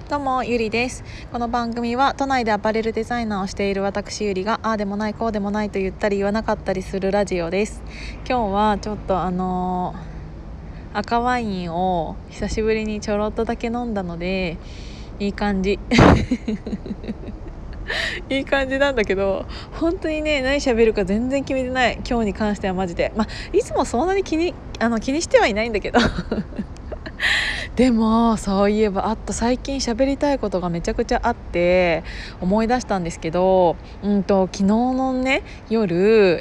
どうもゆりです。この番組は都内でアパレルデザイナーをしている私ゆりがああでもないこうでもないと言ったり言わなかったりするラジオです。今日はちょっと赤ワインを久しぶりにちょろっとだけ飲んだのでいい感じいい感じなんだけど、本当にね何喋るか全然決めてない。今日に関してはマジでいつもそんなに気にしてはいないんだけどでもそういえば最近喋りたいことがめちゃくちゃあって思い出したんですけど、昨日のね夜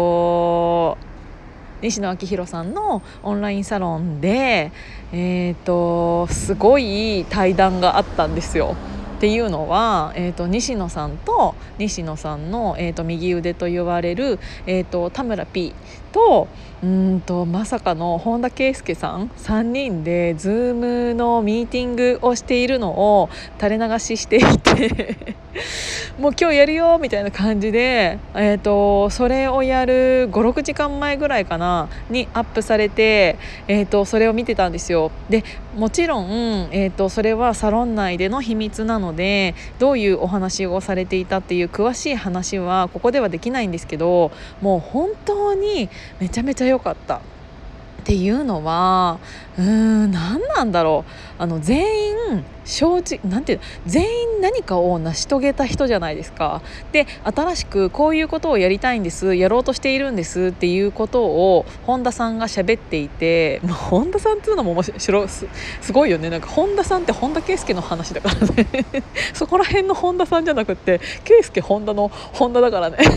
西野昭弘さんのオンラインサロンで、すごい対談があったんですよ。っていうのは、西野さんと西野さんの、右腕と言われる、田村 P とまさかの本田圭佑さん3人で Zoom のミーティングをしているのを垂れ流ししていてもう今日やるよみたいな感じで、それをやる5、6時間前ぐらいかなにアップされて、それを見てたんですよ。でもちろん、それはサロン内での秘密なのでどういうお話をされていたっていう詳しい話はここではできないんですけど、もう本当にめちゃめちゃ良かったっていうのは何なんだろう。全員正直全員何かを成し遂げた人じゃないですか。で新しくこういうことをやりたいんです、やろうとしているんですっていうことを本田さんが喋っていて、本田さんっていうのも面白い、すごいよね。なんか本田さんって本田圭佑の話だからねそこら辺の本田さんじゃなくって圭佑本田の本田だからね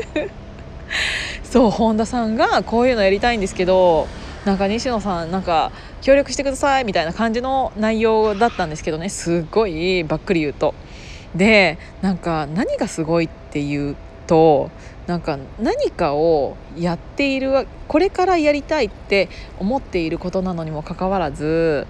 そう、本田さんがこういうのやりたいんですけど、なんか西野さんなんか協力してくださいみたいな感じの内容だったんですけどね、すごいばっくり言うと。でなんか何がすごいっていうと、なんか何かをやっている、これからやりたいって思っていることなのにもかかわらず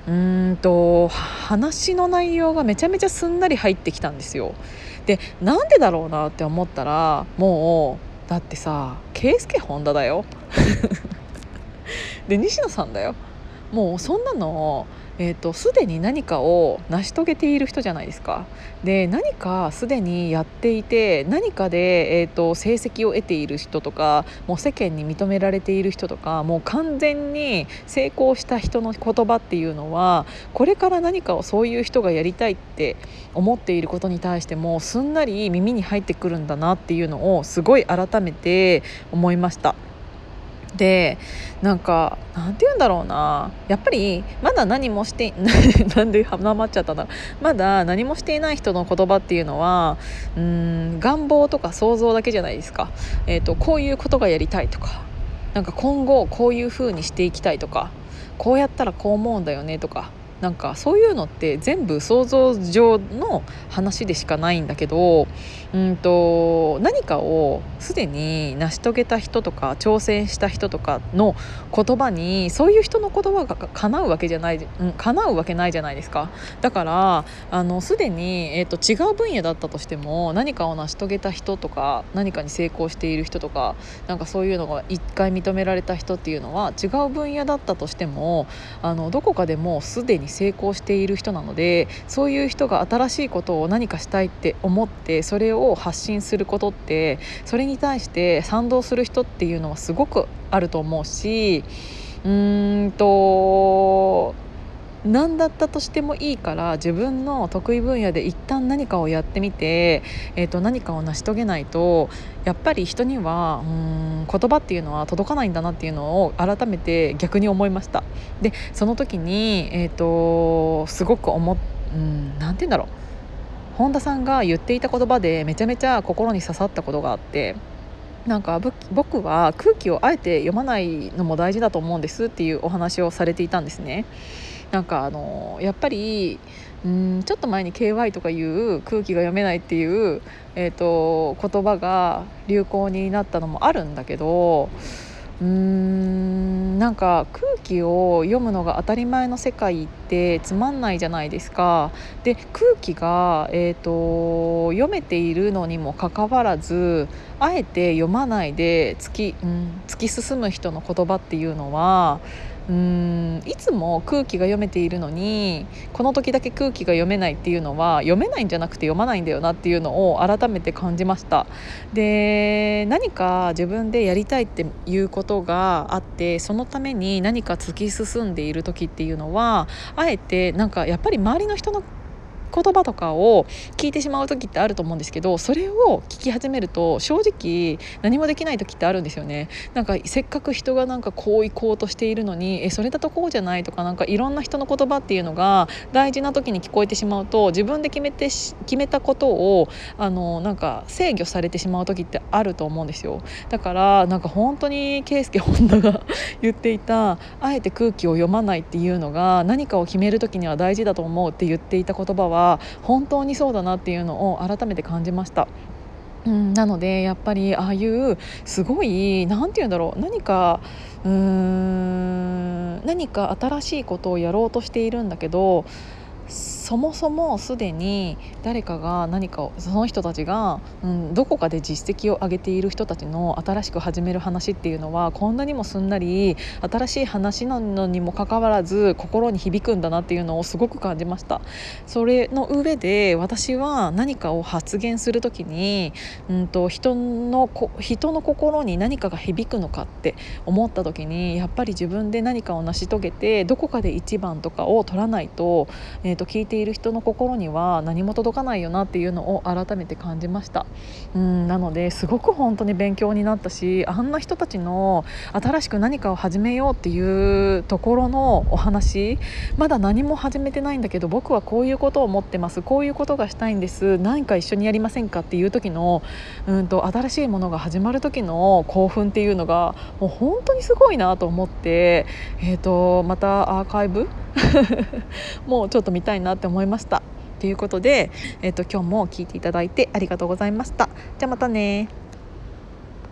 話の内容がめちゃめちゃすんなり入ってきたんですよ。でなんでだろうなって思ったら、もうだってさ圭佑本田だよで西野さんだよ。もうそんなのすでに何かを成し遂げている人じゃないですか。で何かすでにやっていて何かで、成績を得ている人とか、もう世間に認められている人とか、もう完全に成功した人の言葉っていうのは、これから何かをそういう人がやりたいって思っていることに対してもすんなり耳に入ってくるんだなっていうのをすごい改めて思いました。でなんかなんて言うんだろうな、やっぱりまだ何もしてなんでなまっちゃったんだろう。まだ何もしていない人の言葉っていうのは願望とか想像だけじゃないですか。こういうことがやりたいとか、なんか今後こういう風にしていきたいとか、こうやったらこう思うんだよねとか、なんかそういうのって全部想像上の話でしかないんだけど、何かをすでに成し遂げた人とか挑戦した人とかの言葉にそういう人の言葉が叶うわけじゃない、叶うわけないじゃないですか。だからすでに、違う分野だったとしても何かを成し遂げた人とか何かに成功している人とか、なんかそういうのが一回認められた人っていうのは違う分野だったとしてもどこかでもうすでに成功している人なので、そういう人が新しいことを何かしたいって思ってそれを発信することって、それに対して賛同する人っていうのはすごくあると思うし、何だったとしてもいいから自分の得意分野で一旦何かをやってみて、何かを成し遂げないとやっぱり人には言葉っていうのは届かないんだなっていうのを改めて逆に思いました。でその時に、すごくなんて言うんだろう、本田さんが言っていた言葉でめちゃめちゃ心に刺さったことがあって、なんか僕は空気をあえて読まないのも大事だと思うんですっていうお話をされていたんですね。なんかやっぱりちょっと前に KY とかいう空気が読めないっていう、言葉が流行になったのもあるんだけど、なんか空気を読むのが当たり前の世界ってつまんないじゃないですか。で空気が、読めているのにもかかわらずあえて読まないで突き進む人の言葉っていうのはいつも空気が読めているのにこの時だけ空気が読めないっていうのは読めないんじゃなくて読まないんだよなっていうのを改めて感じました。で、何か自分でやりたいっていうことがあって、そのために何か突き進んでいる時っていうのは、あえてなんかやっぱり周りの人の言葉とかを聞いてしまう時ってあると思うんですけど、それを聞き始めると正直何もできない時ってあるんですよね。なんかせっかく人がなんかこう行こうとしているのに、それだとこうじゃないとか、なんかいろんな人の言葉っていうのが大事な時に聞こえてしまうと、自分で決めたことをなんか制御されてしまう時ってあると思うんですよ。だからなんか本当に圭佑本田が言っていた、あえて空気を読まないっていうのが何かを決める時には大事だと思うって言っていた言葉は本当にそうだなっていうのを改めて感じました。なのでやっぱりああいうすごいなんて言うんだろう、何か新しいことをやろうとしているんだけど、そもそもすでに誰かが何かを、その人たちが、どこかで実績を上げている人たちの新しく始める話っていうのはこんなにもすんなり新しい話なのにもかかわらず心に響くんだなっていうのをすごく感じました。それの上で私は何かを発言するときに、人の心に何かが響くのかって思った時に、やっぱり自分で何かを成し遂げてどこかで一番とかを取らないと、聞いている人の心には何も届かないよなっていうのを改めて感じました。なのですごく本当に勉強になったし、あんな人たちの新しく何かを始めようっていうところのお話、まだ何も始めてないんだけど僕はこういうことを思ってます、こういうことがしたいんです、何か一緒にやりませんかっていう時の新しいものが始まる時の興奮っていうのがもう本当にすごいなと思って、またアーカイブもうちょっと見たいなって思いました。ということで、今日も聞いていただいてありがとうございました。じゃあまたね。